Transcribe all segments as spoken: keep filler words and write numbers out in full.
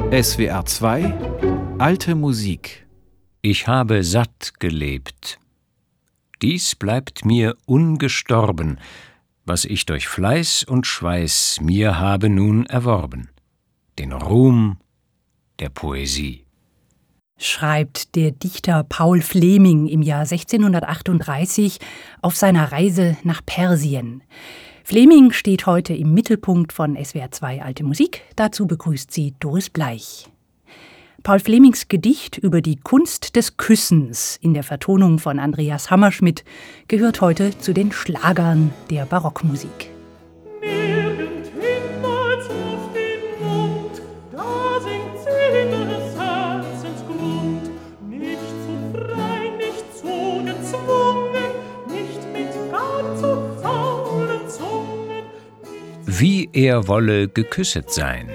S W R zwei Alte Musik. Ich habe satt gelebt. Dies bleibt mir ungestorben, was ich durch Fleiß und Schweiß mir habe nun erworben, den Ruhm der Poesie. Schreibt der Dichter Paul Fleming im Jahr sechzehnhundertachtunddreißig auf seiner Reise nach Persien. Fleming steht heute im Mittelpunkt von S W R zwei Alte Musik. Dazu begrüßt sie Doris Bleich. Paul Flemings Gedicht über die Kunst des Küssens in der Vertonung von Andreas Hammerschmidt gehört heute zu den Schlagern der Barockmusik. Wie er wolle geküsset sein.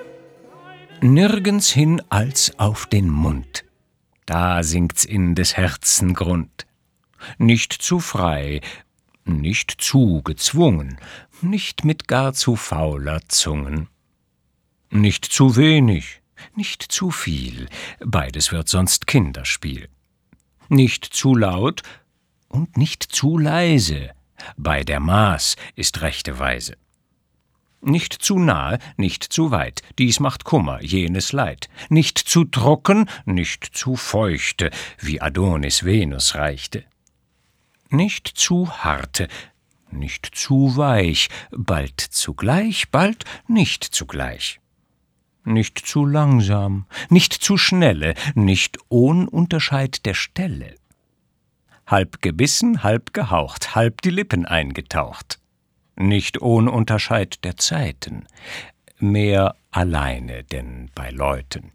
Nirgends hin als auf den Mund, da sinkt's in des Herzen Grund. Nicht zu frei, nicht zu gezwungen, nicht mit gar zu fauler Zungen. Nicht zu wenig, nicht zu viel, beides wird sonst Kinderspiel. Nicht zu laut und nicht zu leise, bei der Maß ist rechte Weise. Nicht zu nahe, nicht zu weit, dies macht Kummer, jenes Leid. Nicht zu trocken, nicht zu feuchte, wie Adonis Venus reichte. Nicht zu harte, nicht zu weich, bald zugleich, bald nicht zugleich. Nicht zu langsam, nicht zu schnelle, nicht ohn Unterscheid der Stelle. Halb gebissen, halb gehaucht, halb die Lippen eingetaucht. Nicht ohn Unterscheid der Zeiten, mehr alleine denn bei Leuten.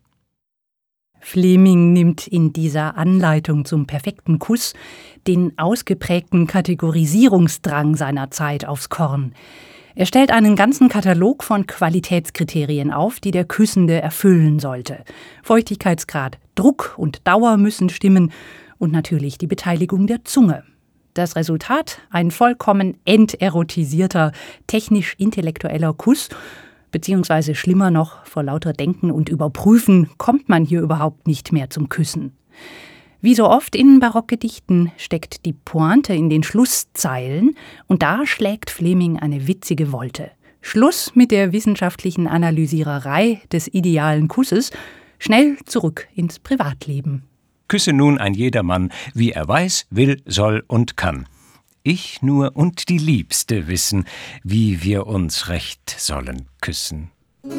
Fleming nimmt in dieser Anleitung zum perfekten Kuss den ausgeprägten Kategorisierungsdrang seiner Zeit aufs Korn. Er stellt einen ganzen Katalog von Qualitätskriterien auf, die der Küssende erfüllen sollte. Feuchtigkeitsgrad, Druck und Dauer müssen stimmen und natürlich die Beteiligung der Zunge. Das Resultat? Ein vollkommen enterotisierter, technisch-intellektueller Kuss, beziehungsweise schlimmer noch, vor lauter Denken und Überprüfen kommt man hier überhaupt nicht mehr zum Küssen. Wie so oft in Barockgedichten steckt die Pointe in den Schlusszeilen und da schlägt Fleming eine witzige Wolte. Schluss mit der wissenschaftlichen Analysiererei des idealen Kusses, schnell zurück ins Privatleben. Küsse nun ein jedermann, wie er weiß, will, soll und kann. Ich nur und die Liebste wissen, wie wir uns recht sollen küssen.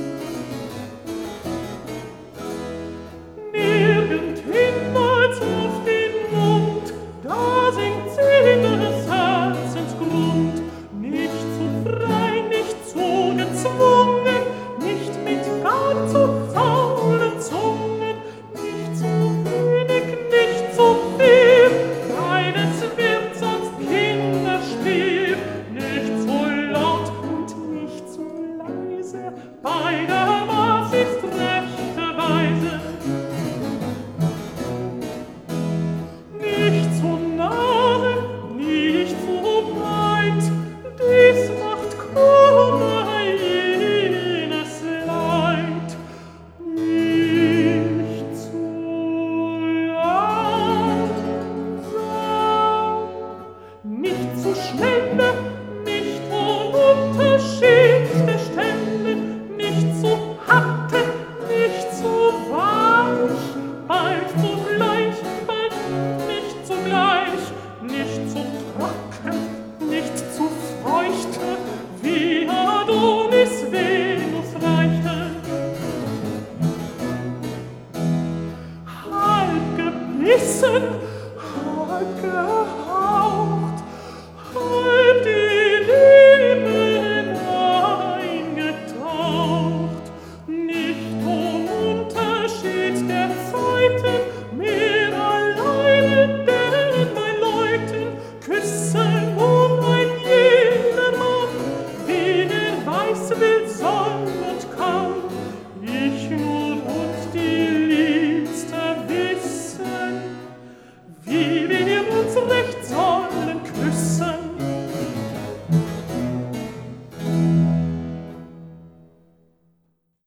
Nirgendhin als auf den Mund, da sinkt sie des Herzens Grund. Nicht zu frei, nicht zu gezwungen, nicht mit gar zu faulen Zungen, nicht zu wenig, nicht zu viel, keines wird sonst Kinderspiel. Nicht zu laut und nicht zu leise, bei der Maß ist rechte Weise. Nicht zu nahe, nicht zu weit, dies macht Kummer, jenes Leid. Nicht zu langsam, nicht zu schnelle, nicht ohne Unterschied der Stände, nicht zu hart.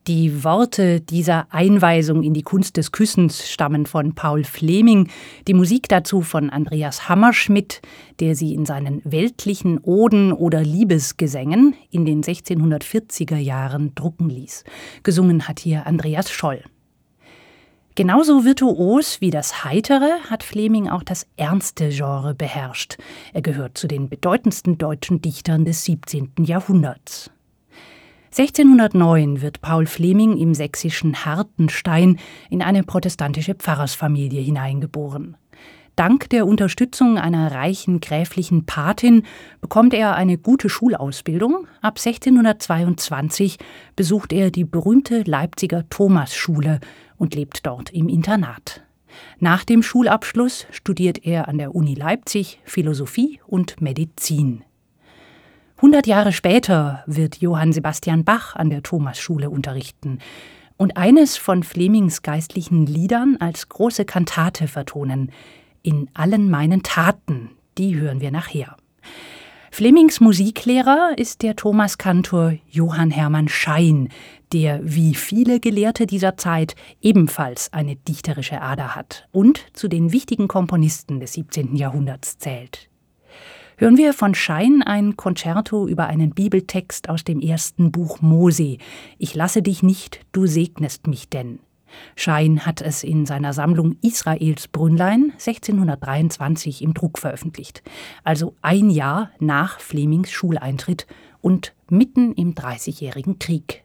Die Worte dieser Einweisung in die Kunst des Küssens stammen von Paul Fleming, die Musik dazu von Andreas Hammerschmidt, der sie in seinen weltlichen Oden oder Liebesgesängen in den sechzehnhundertvierziger Jahren drucken ließ. Gesungen hat hier Andreas Scholl. Genauso virtuos wie das Heitere hat Fleming auch das ernste Genre beherrscht. Er gehört zu den bedeutendsten deutschen Dichtern des siebzehnten Jahrhunderts. sechzehnhundertneun wird Paul Fleming im sächsischen Hartenstein in eine protestantische Pfarrersfamilie hineingeboren. Dank der Unterstützung einer reichen gräflichen Patin bekommt er eine gute Schulausbildung. Ab sechzehnhundertzweiundzwanzig besucht er die berühmte Leipziger Thomasschule und lebt dort im Internat. Nach dem Schulabschluss studiert er an der Uni Leipzig Philosophie und Medizin. Hundert Jahre später wird Johann Sebastian Bach an der Thomasschule unterrichten und eines von Flemings geistlichen Liedern als große Kantate vertonen. In allen meinen Taten, die hören wir nachher. Flemings Musiklehrer ist der Thomaskantor Johann Hermann Schein, der wie viele Gelehrte dieser Zeit ebenfalls eine dichterische Ader hat und zu den wichtigen Komponisten des siebzehnten Jahrhunderts zählt. Hören wir von Schein ein Konzerto über einen Bibeltext aus dem ersten Buch Mose. Ich lasse dich nicht, du segnest mich denn. Schein hat es in seiner Sammlung Israels Brünnlein sechzehnhundertdreiundzwanzig im Druck veröffentlicht, also ein Jahr nach Flemings Schuleintritt und mitten im Dreißigjährigen Krieg.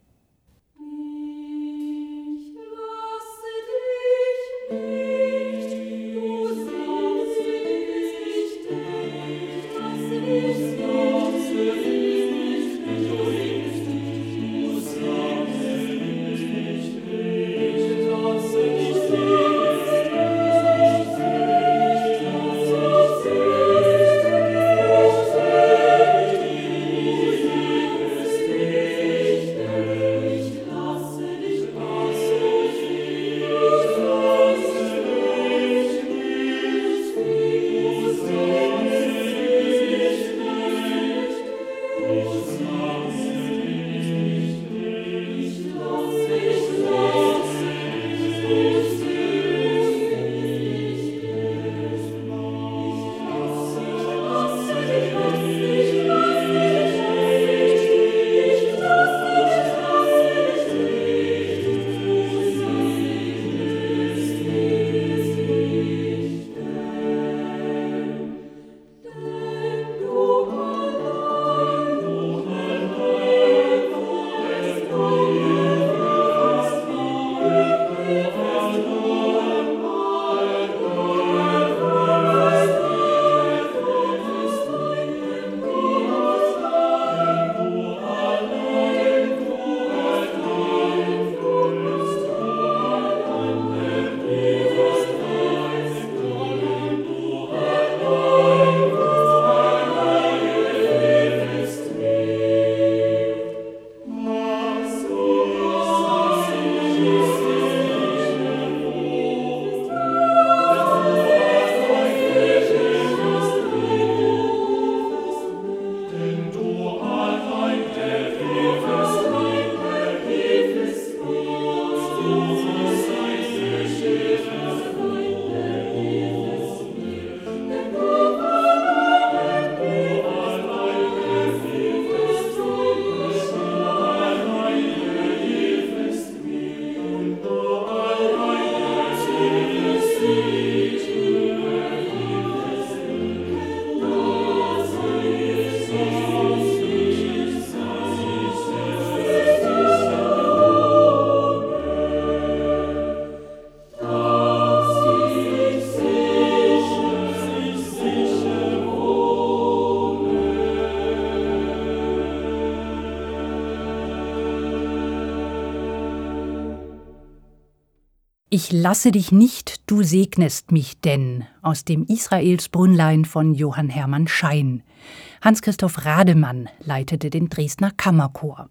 Ich lasse dich nicht, du segnest mich denn, aus dem Israels Brünnlein von Johann Hermann Schein. Hans-Christoph Rademann leitete den Dresdner Kammerchor.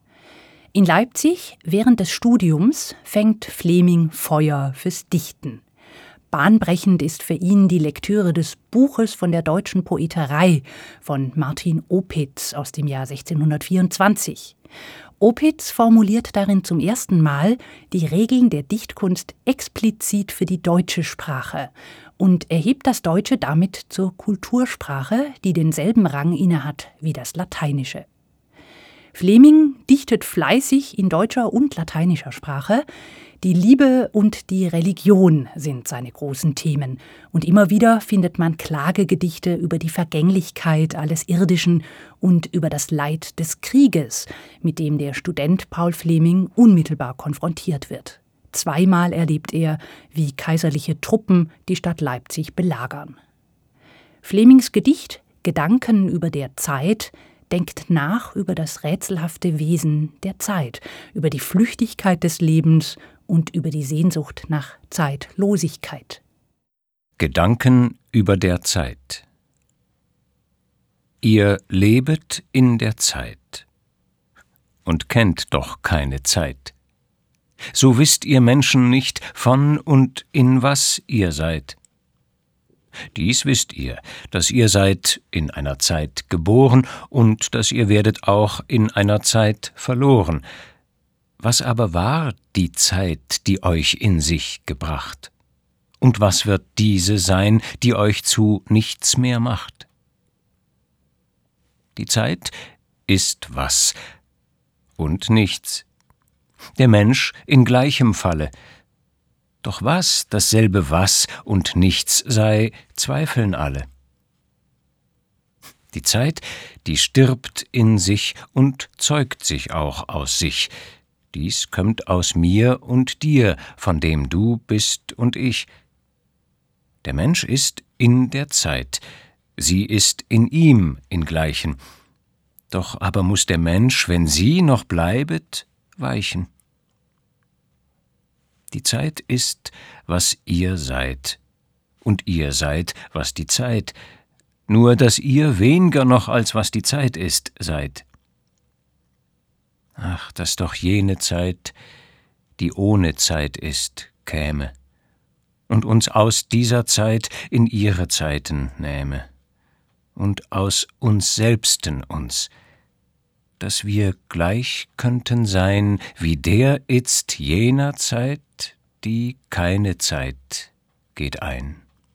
In Leipzig während des Studiums fängt Fleming Feuer fürs Dichten. Bahnbrechend ist für ihn die Lektüre des Buches von der deutschen Poeterei von Martin Opitz aus dem Jahr sechzehnhundertvierundzwanzig. Opitz formuliert darin zum ersten Mal die Regeln der Dichtkunst explizit für die deutsche Sprache und erhebt das Deutsche damit zur Kultursprache, die denselben Rang innehat wie das Lateinische. Fleming dichtet fleißig in deutscher und lateinischer Sprache. Die Liebe und die Religion sind seine großen Themen. Und immer wieder findet man Klagegedichte über die Vergänglichkeit alles Irdischen und über das Leid des Krieges, mit dem der Student Paul Fleming unmittelbar konfrontiert wird. Zweimal erlebt er, wie kaiserliche Truppen die Stadt Leipzig belagern. Flemings Gedicht »Gedanken über der Zeit« denkt nach über das rätselhafte Wesen der Zeit, über die Flüchtigkeit des Lebens und über die Sehnsucht nach Zeitlosigkeit. Gedanken über der Zeit. Ihr lebet in der Zeit und kennt doch keine Zeit. So wisst ihr Menschen nicht, von und in was ihr seid. Dies wisst ihr, dass ihr seid in einer Zeit geboren und dass ihr werdet auch in einer Zeit verloren. Was aber war die Zeit, die euch in sich gebracht? Und was wird diese sein, die euch zu nichts mehr macht? Die Zeit ist was und nichts. Der Mensch in gleichem Falle. Doch was dasselbe was und nichts sei, zweifeln alle. Die Zeit, die stirbt in sich und zeugt sich auch aus sich. Dies kömmt aus mir und dir, von dem du bist und ich. Der Mensch ist in der Zeit, sie ist in ihm ingleichen. Doch aber muß der Mensch, wenn sie noch bleibet, weichen. Die Zeit ist, was ihr seid, und ihr seid, was die Zeit, nur dass ihr weniger noch als was die Zeit ist, seid. Ach, dass doch jene Zeit, die ohne Zeit ist, käme und uns aus dieser Zeit in ihre Zeiten nähme und aus uns selbsten uns, dass wir gleich könnten sein wie der itzt jener Zeit, die keine Zeit geht ein.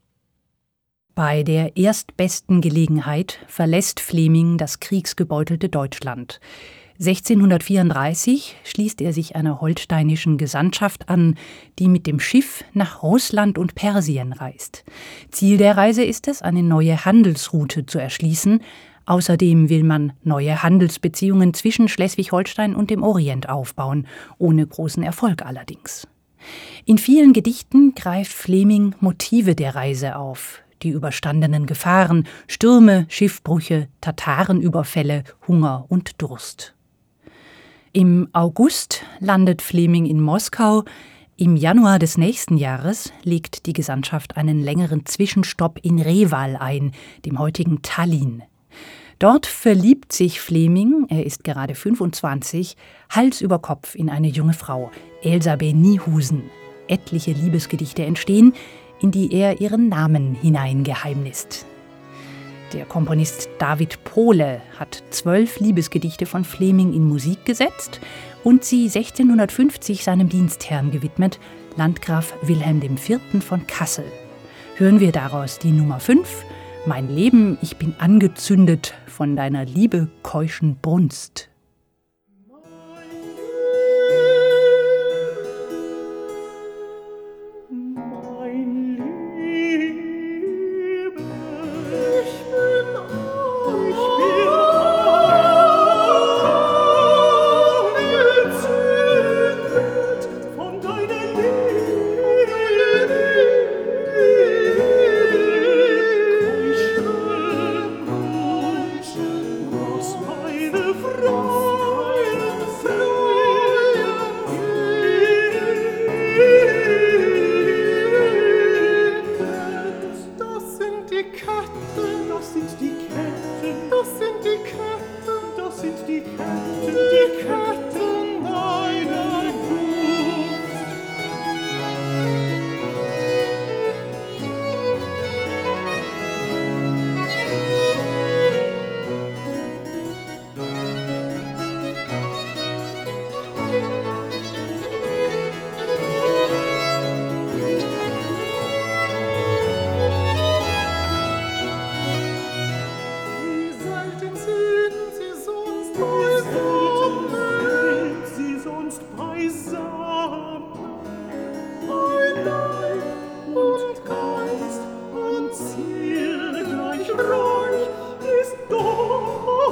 Bei der erstbesten Gelegenheit verlässt Fleming das kriegsgebeutelte Deutschland. sechzehnhundertvierunddreißig schließt er sich einer holsteinischen Gesandtschaft an, die mit dem Schiff nach Russland und Persien reist. Ziel der Reise ist es, eine neue Handelsroute zu erschließen. Außerdem will man neue Handelsbeziehungen zwischen Schleswig-Holstein und dem Orient aufbauen, ohne großen Erfolg allerdings. In vielen Gedichten greift Fleming Motive der Reise auf, die überstandenen Gefahren, Stürme, Schiffbrüche, Tatarenüberfälle, Hunger und Durst. Im August landet Fleming in Moskau. Im Januar des nächsten Jahres legt die Gesandtschaft einen längeren Zwischenstopp in Reval ein, dem heutigen Tallinn. Dort verliebt sich Fleming, er ist gerade fünfundzwanzig, Hals über Kopf in eine junge Frau, Elsa B. Niehusen. Etliche Liebesgedichte entstehen, in die er ihren Namen hineingeheimnist. Der Komponist David Pohle hat zwölf Liebesgedichte von Fleming in Musik gesetzt und sie sechzehnhundertfünfzig seinem Dienstherrn gewidmet, Landgraf Wilhelm der Vierte von Kassel. Hören wir daraus die Nummer fünf, »Mein Leben, ich bin angezündet von deiner Liebe keuschen Brunst«. Frau beisammen. Ein Leib und Geist und Ziel gleich reich ist dort,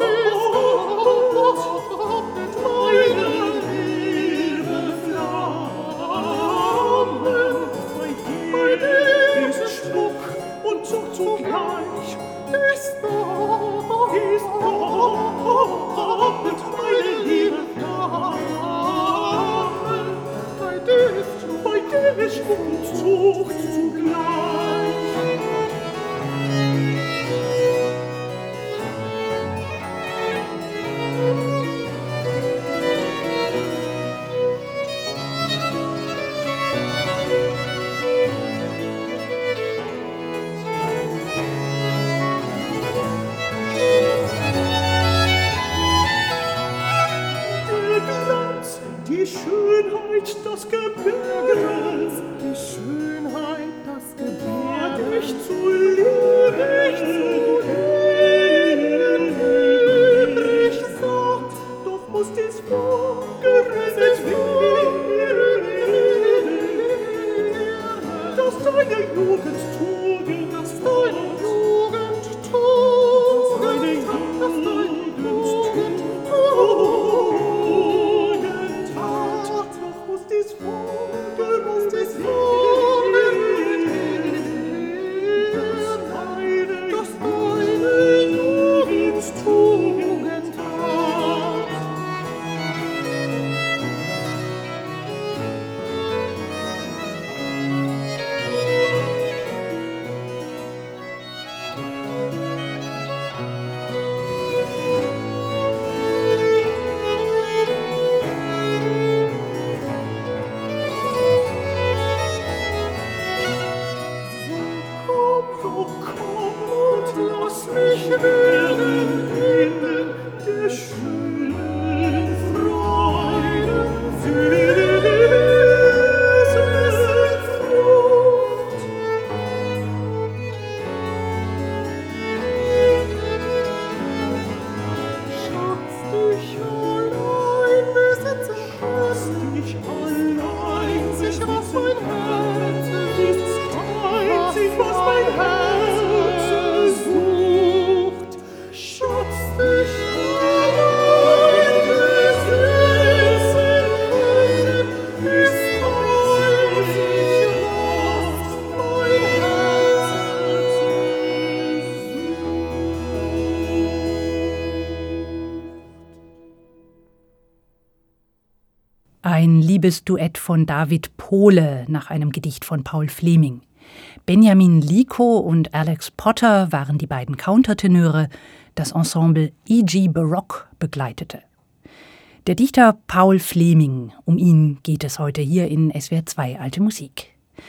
meine Liebe Flammen. Bei dir ist Schmuck und Zug zugleich, ist dort, ist dort, meine Liebe Flammen. Bei dir ist Schmuck, bei dir ist Schmuck und Zug zugleich. Die Schönheit, das Gebärde, die Schönheit, das Gebärde, dich zu lieben, dich zu lieben, übrig sagt, doch muss dies vorgerettet werden, dass deine Jugend Tugend, dass deine Jugend Tugend, deine Jugend Tugend, Ein Liebesduett von David Pohle nach einem Gedicht von Paul Fleming. Benjamin Liko und Alex Potter waren die beiden Countertenöre, das Ensemble E G Baroque begleitete. Der Dichter Paul Fleming, um ihn geht es heute hier in S W R zwei Alte Musik.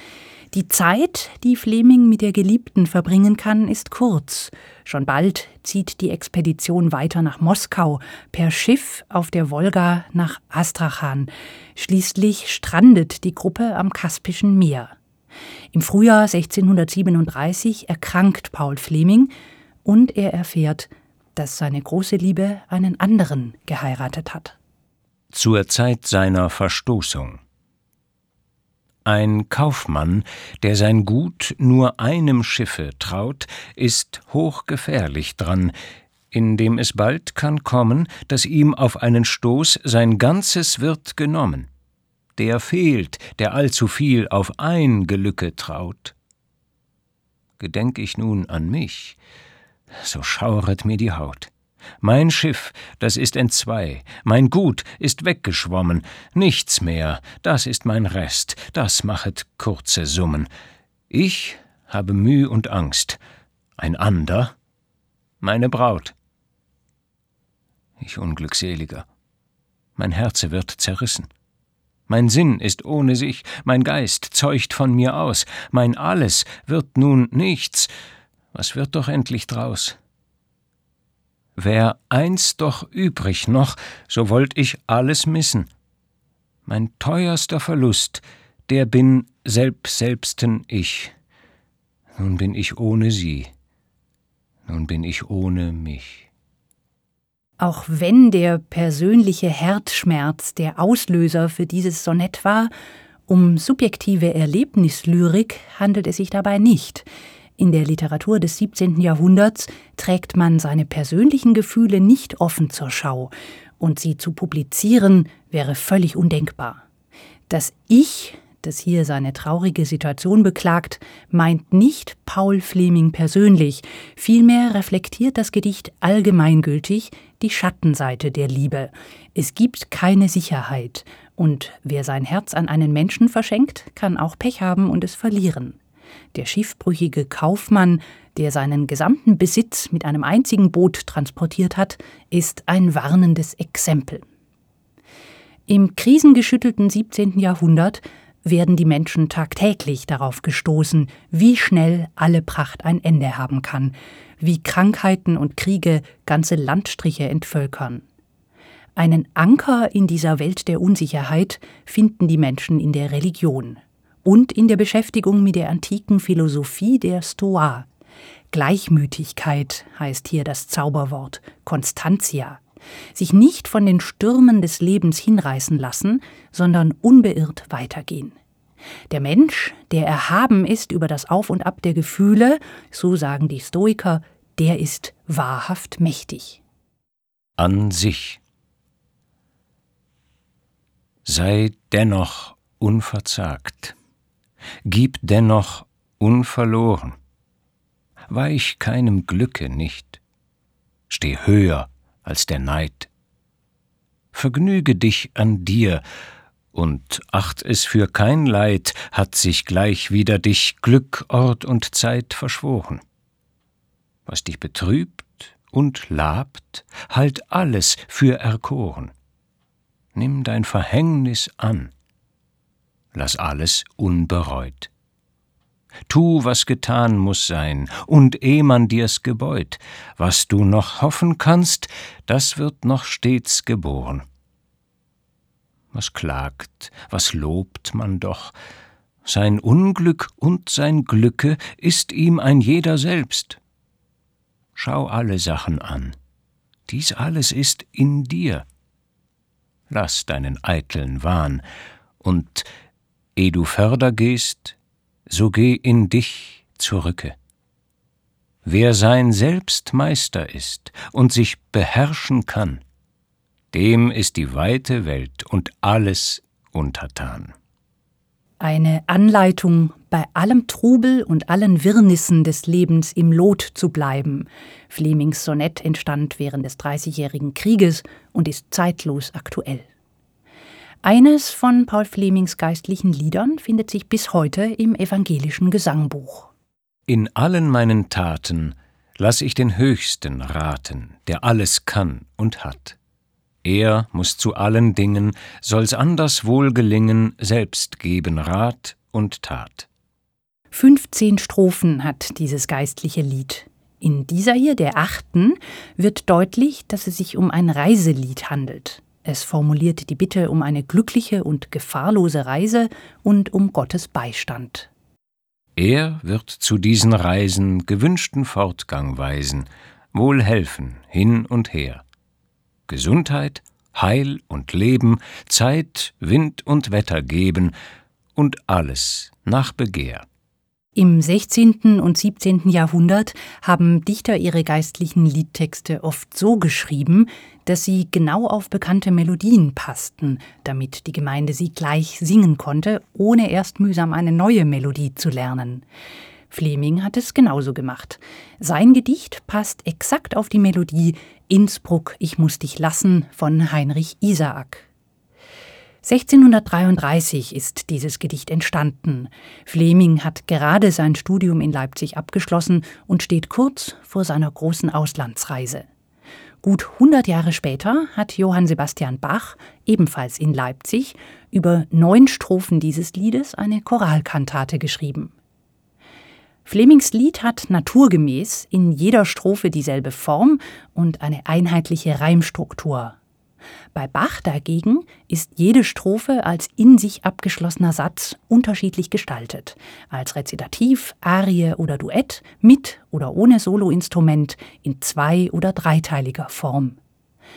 Die Zeit, die Fleming mit der Geliebten verbringen kann, ist kurz. Schon bald zieht die Expedition weiter nach Moskau, per Schiff auf der Wolga nach Astrachan. Schließlich strandet die Gruppe am Kaspischen Meer. Im Frühjahr sechzehnhundertsiebenunddreißig erkrankt Paul Fleming und er erfährt, dass seine große Liebe einen anderen geheiratet hat. Zur Zeit seiner Verstoßung. Ein Kaufmann, der sein Gut nur einem Schiffe traut, ist hochgefährlich dran, indem es bald kann kommen, dass ihm auf einen Stoß sein Ganzes wird genommen. Der fehlt, der allzu viel auf ein Gelücke traut. Gedenk ich nun an mich, so schauret mir die Haut. Mein Schiff, das ist entzwei, mein Gut ist weggeschwommen, nichts mehr, das ist mein Rest, das machet kurze Summen. Ich habe Müh und Angst, ein ander, meine Braut. Ich Unglückseliger, mein Herze wird zerrissen. Mein Sinn ist ohne sich, mein Geist zeucht von mir aus, mein Alles wird nun nichts, was wird doch endlich draus? Wär eins doch übrig noch, so wollt ich alles missen. Mein teuerster Verlust, der bin selbst selbsten ich. Nun bin ich ohne sie, nun bin ich ohne mich. Auch wenn der persönliche Herzschmerz der Auslöser für dieses Sonett war, um subjektive Erlebnislyrik handelt es sich dabei nicht. In der Literatur des siebzehnten Jahrhunderts trägt man seine persönlichen Gefühle nicht offen zur Schau, und sie zu publizieren wäre völlig undenkbar. Das Ich, das hier seine traurige Situation beklagt, meint nicht Paul Fleming persönlich, vielmehr reflektiert das Gedicht allgemeingültig die Schattenseite der Liebe. Es gibt keine Sicherheit, und wer sein Herz an einen Menschen verschenkt, kann auch Pech haben und es verlieren. Der schiffbrüchige Kaufmann, der seinen gesamten Besitz mit einem einzigen Boot transportiert hat, ist ein warnendes Exempel. Im krisengeschüttelten siebzehnten Jahrhundert werden die Menschen tagtäglich darauf gestoßen, wie schnell alle Pracht ein Ende haben kann, wie Krankheiten und Kriege ganze Landstriche entvölkern. Einen Anker in dieser Welt der Unsicherheit finden die Menschen in der Religion und in der Beschäftigung mit der antiken Philosophie der Stoa. Gleichmütigkeit heißt hier das Zauberwort, Constantia. Sich nicht von den Stürmen des Lebens hinreißen lassen, sondern unbeirrt weitergehen. Der Mensch, der erhaben ist über das Auf und Ab der Gefühle, so sagen die Stoiker, der ist wahrhaft mächtig. An sich. Sei dennoch unverzagt, gib dennoch unverloren, weich keinem Glücke nicht, steh höher als der Neid. Vergnüge dich an dir, und acht es für kein Leid, hat sich gleich wider dich Glück, Ort und Zeit verschworen. Was dich betrübt und labt, halt alles für erkoren. Nimm dein Verhängnis an, lass alles unbereut. Tu, was getan muß sein, und eh man dir's gebeut, was du noch hoffen kannst, das wird noch stets geboren. Was klagt, was lobt man doch, sein Unglück und sein Glücke ist ihm ein jeder selbst. Schau alle Sachen an, dies alles ist in dir. Lass deinen eiteln Wahn, und eh du förder gehst, so geh in dich zurücke. Wer sein Selbst Meister ist und sich beherrschen kann, dem ist die weite Welt und alles untertan. Eine Anleitung, bei allem Trubel und allen Wirrnissen des Lebens im Lot zu bleiben. Flemings Sonett entstand während des Dreißigjährigen Krieges und ist zeitlos aktuell. Eines von Paul Flemings geistlichen Liedern findet sich bis heute im evangelischen Gesangbuch. In allen meinen Taten lass ich den Höchsten raten, der alles kann und hat. Er muß zu allen Dingen, soll's anders wohl gelingen, selbst geben Rat und Tat. fünfzehn Strophen hat dieses geistliche Lied. In dieser hier, der achten, wird deutlich, dass es sich um ein Reiselied handelt. Es formuliert die Bitte um eine glückliche und gefahrlose Reise und um Gottes Beistand. Er wird zu diesen Reisen gewünschten Fortgang weisen, wohl helfen hin und her. Gesundheit, Heil und Leben, Zeit, Wind und Wetter geben und alles nach Begehr. Im sechzehnten und siebzehnten Jahrhundert haben Dichter ihre geistlichen Liedtexte oft so geschrieben, dass sie genau auf bekannte Melodien passten, damit die Gemeinde sie gleich singen konnte, ohne erst mühsam eine neue Melodie zu lernen. Fleming hat es genauso gemacht. Sein Gedicht passt exakt auf die Melodie »Innsbruck, ich muß dich lassen« von Heinrich Isaak. sechzehnhundertdreiunddreißig ist dieses Gedicht entstanden. Fleming hat gerade sein Studium in Leipzig abgeschlossen und steht kurz vor seiner großen Auslandsreise. Gut hundert Jahre später hat Johann Sebastian Bach, ebenfalls in Leipzig, über neun Strophen dieses Liedes eine Choralkantate geschrieben. Flemings Lied hat naturgemäß in jeder Strophe dieselbe Form und eine einheitliche Reimstruktur. Bei Bach dagegen ist jede Strophe als in sich abgeschlossener Satz unterschiedlich gestaltet, als Rezitativ, Arie oder Duett, mit oder ohne Soloinstrument, in zwei- oder dreiteiliger Form.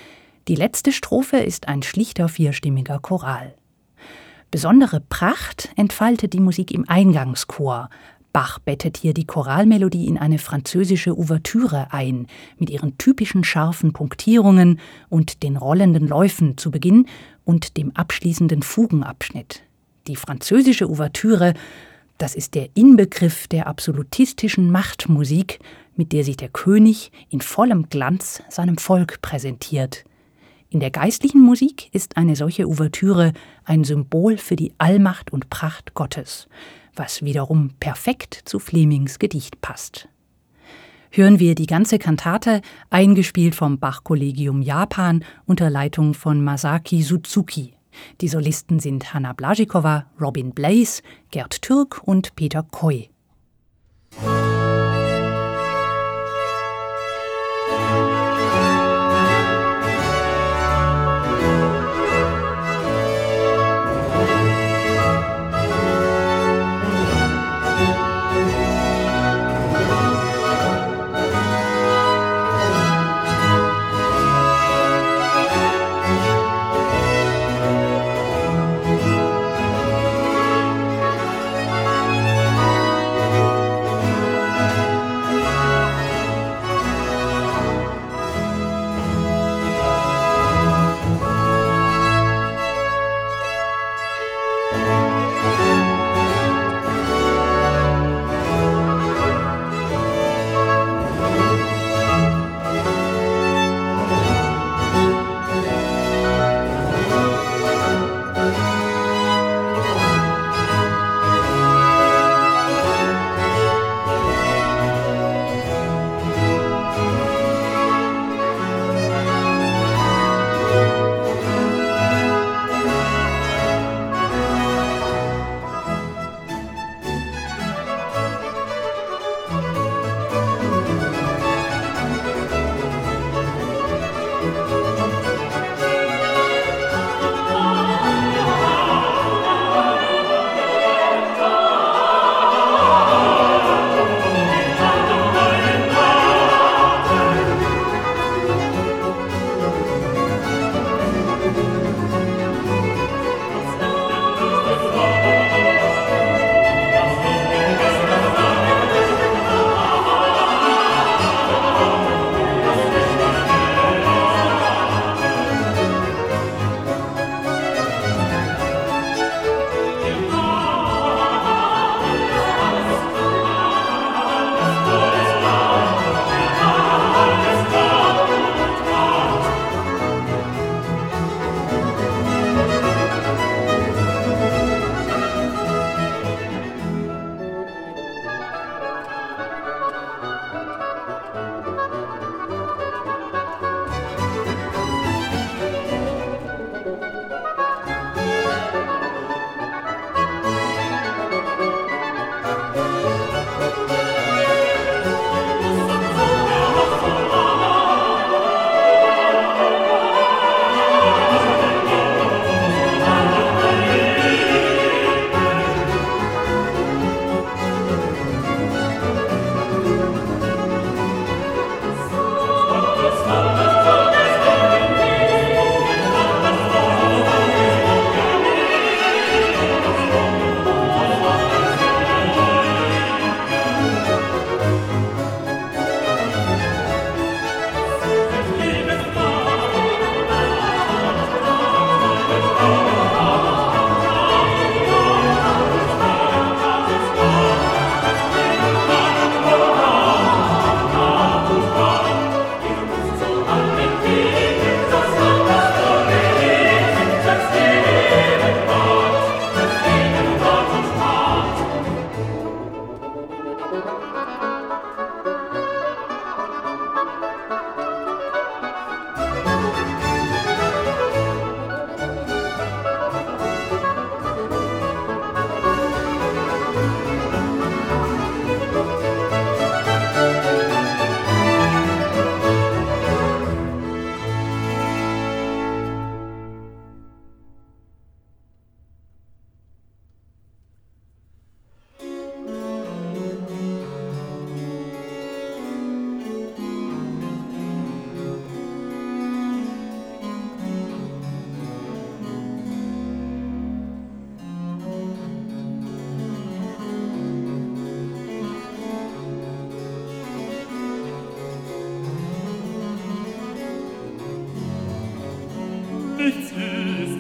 Die letzte Strophe ist ein schlichter vierstimmiger Choral. Besondere Pracht entfaltet die Musik im Eingangschor. Bach bettet hier die Choralmelodie in eine französische Ouvertüre ein, mit ihren typischen scharfen Punktierungen und den rollenden Läufen zu Beginn und dem abschließenden Fugenabschnitt. Die französische Ouvertüre, das ist der Inbegriff der absolutistischen Machtmusik, mit der sich der König in vollem Glanz seinem Volk präsentiert. In der geistlichen Musik ist eine solche Ouvertüre ein Symbol für die Allmacht und Pracht Gottes, was wiederum perfekt zu Flemings Gedicht passt. Hören wir die ganze Kantate, eingespielt vom Bach-Kollegium Japan unter Leitung von Masaki Suzuki. Die Solisten sind Hanna Blažíková, Robin Blaze, Gerd Türk und Peter Coy.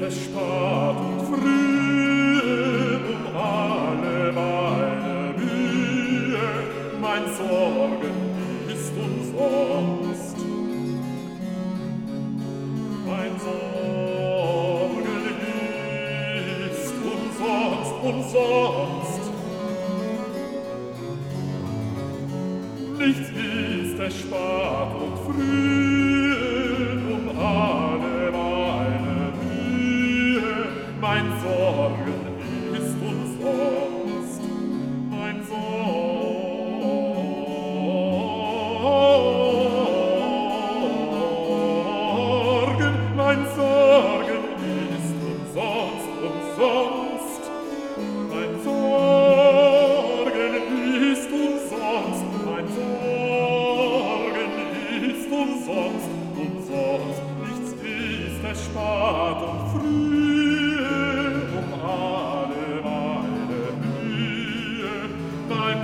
es spät und früh, um alle meine Mühe, mein Sorgen ist umsonst. Mein Sorgen ist umsonst, umsonst. Nichts ist es spät und früh, um alle meine Mühe, mein Sorgen ist umsonst, mein Sorgen, mein Sorgen ist umsonst, umsonst, mein Sorgen ist umsonst, mein Sorgen ist umsonst, umsonst, nichts ist es spät und früh, um alle meine Mühe, mein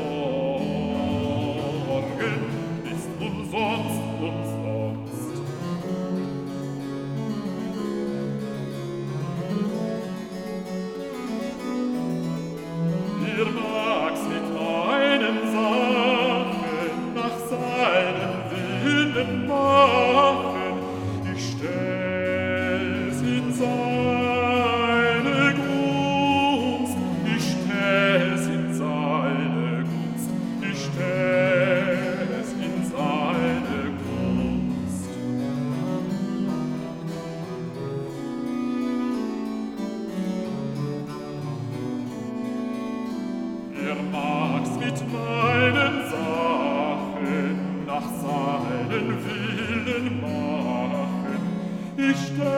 Sorgen ist umsonst, umsonst. Ihr mag's mit meinen Sachen nach seinem Willen machen, ich stell's in seine Gunst, ich stell's in seine Gunst, ich stell's in seine Gunst. Er mag's mit meinen Sachen nach seinen Willen machen, ich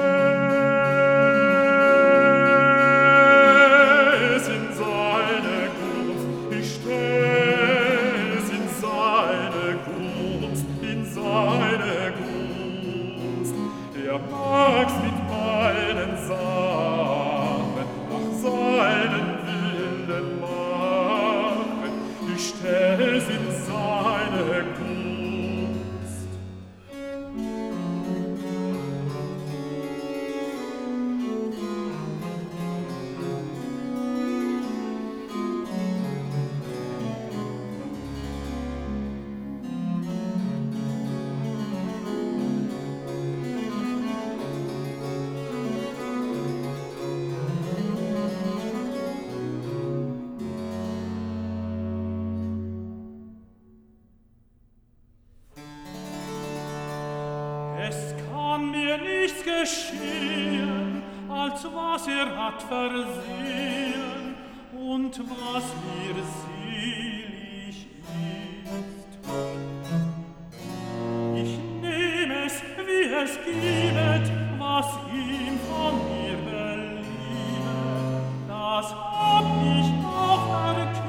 stell's in seine Gunst, ich stell's in seine Gunst, in seine Gunst. Er mag's mit meinen Sachen nach seinen Willen machen, ich stell's in seine Gunst. Es kann mir nichts geschehen, als was er hat versehen und was mir selig ist. Ich nehme es, wie es gibet, was ihm von mir beliebet, das hab ich auch erküsst.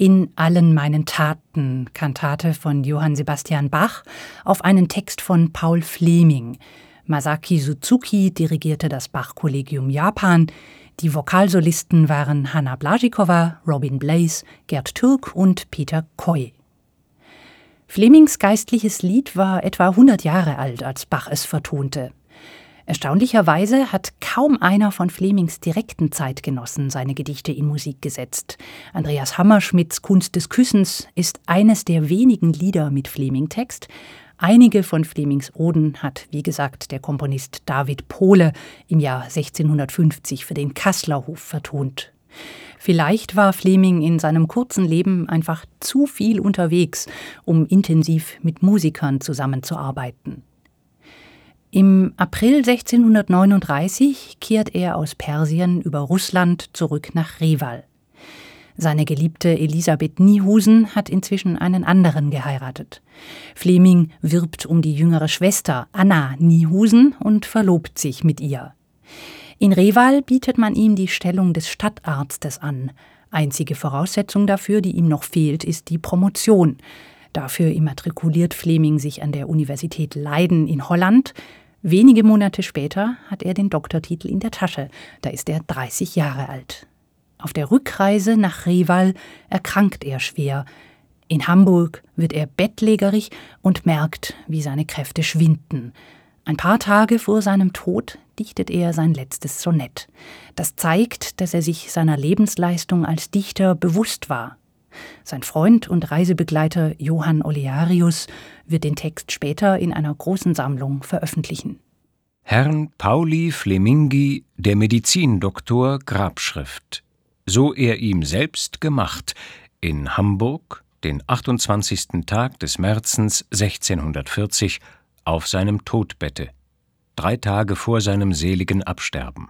In allen meinen Taten, Kantate von Johann Sebastian Bach, auf einen Text von Paul Fleming. Masaki Suzuki dirigierte das Bach-Kollegium Japan. Die Vokalsolisten waren Hanna Blažíková, Robin Blaze, Gerd Türk und Peter Coy. Flemings geistliches Lied war etwa hundert Jahre alt, als Bach es vertonte. Erstaunlicherweise hat kaum einer von Flemings direkten Zeitgenossen seine Gedichte in Musik gesetzt. Andreas Hammerschmidts Kunst des Küssens ist eines der wenigen Lieder mit Fleming-Text. Einige von Flemings Oden hat, wie gesagt, der Komponist David Pohle im Jahr sechzehnhundertfünfzig für den Kasseler Hof vertont. Vielleicht war Fleming in seinem kurzen Leben einfach zu viel unterwegs, um intensiv mit Musikern zusammenzuarbeiten. Im April sechzehnhundertneununddreißig kehrt er aus Persien über Russland zurück nach Reval. Seine Geliebte Elisabeth Niehusen hat inzwischen einen anderen geheiratet. Fleming wirbt um die jüngere Schwester Anna Niehusen und verlobt sich mit ihr. In Reval bietet man ihm die Stellung des Stadtarztes an. Einzige Voraussetzung dafür, die ihm noch fehlt, ist die Promotion. Dafür immatrikuliert Fleming sich an der Universität Leiden in Holland. Wenige Monate später hat er den Doktortitel in der Tasche. Da ist er dreißig Jahre alt. Auf der Rückreise nach Reval erkrankt er schwer. In Hamburg wird er bettlägerig und merkt, wie seine Kräfte schwinden. Ein paar Tage vor seinem Tod dichtet er sein letztes Sonett. Das zeigt, dass er sich seiner Lebensleistung als Dichter bewusst war. Sein Freund und Reisebegleiter Johann Olearius wird den Text später in einer großen Sammlung veröffentlichen. Herrn Pauli Flemingi, der Medizindoktor, Grabschrift. So er ihm selbst gemacht, in Hamburg, den achtundzwanzigsten Tag des Märzens sechzehnhundertvierzig, auf seinem Todbette, drei Tage vor seinem seligen Absterben.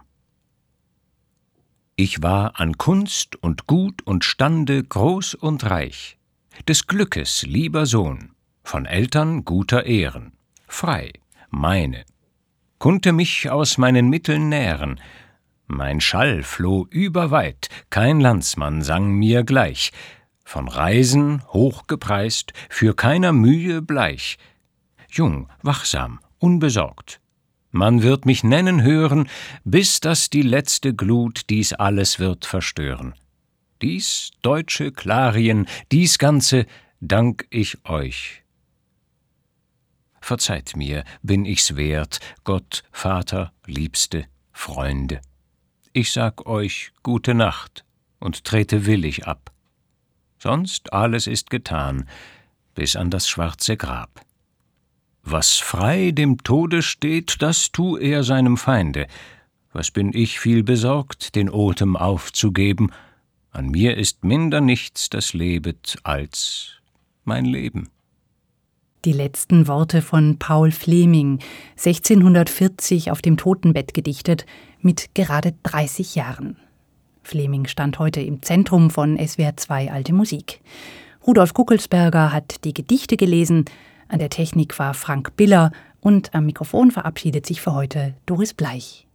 Ich war an Kunst und Gut und Stande groß und reich, des Glückes lieber Sohn, von Eltern guter Ehren, frei, meine, konnte mich aus meinen Mitteln nähren, mein Schall floh überweit, kein Landsmann sang mir gleich, von Reisen hochgepreist, für keiner Mühe bleich, jung, wachsam, unbesorgt. Man wird mich nennen hören, bis dass die letzte Glut dies alles wird verstören. Dies deutsche Klarien, dies Ganze dank ich euch. Verzeiht mir, bin ich's wert, Gott, Vater, Liebste, Freunde. Ich sag euch gute Nacht und trete willig ab. Sonst alles ist getan, bis an das schwarze Grab. Was frei dem Tode steht, das tu er seinem Feinde. Was bin ich viel besorgt, den Otem aufzugeben? An mir ist minder nichts, das lebet, als mein Leben. Die letzten Worte von Paul Fleming, sechzehnhundertvierzig auf dem Totenbett gedichtet, mit gerade dreißig Jahren. Fleming stand heute im Zentrum von S W R zwei Alte Musik. Rudolf Kuckelsberger hat die Gedichte gelesen, an der Technik war Frank Biller und am Mikrofon verabschiedet sich für heute Doris Bleich.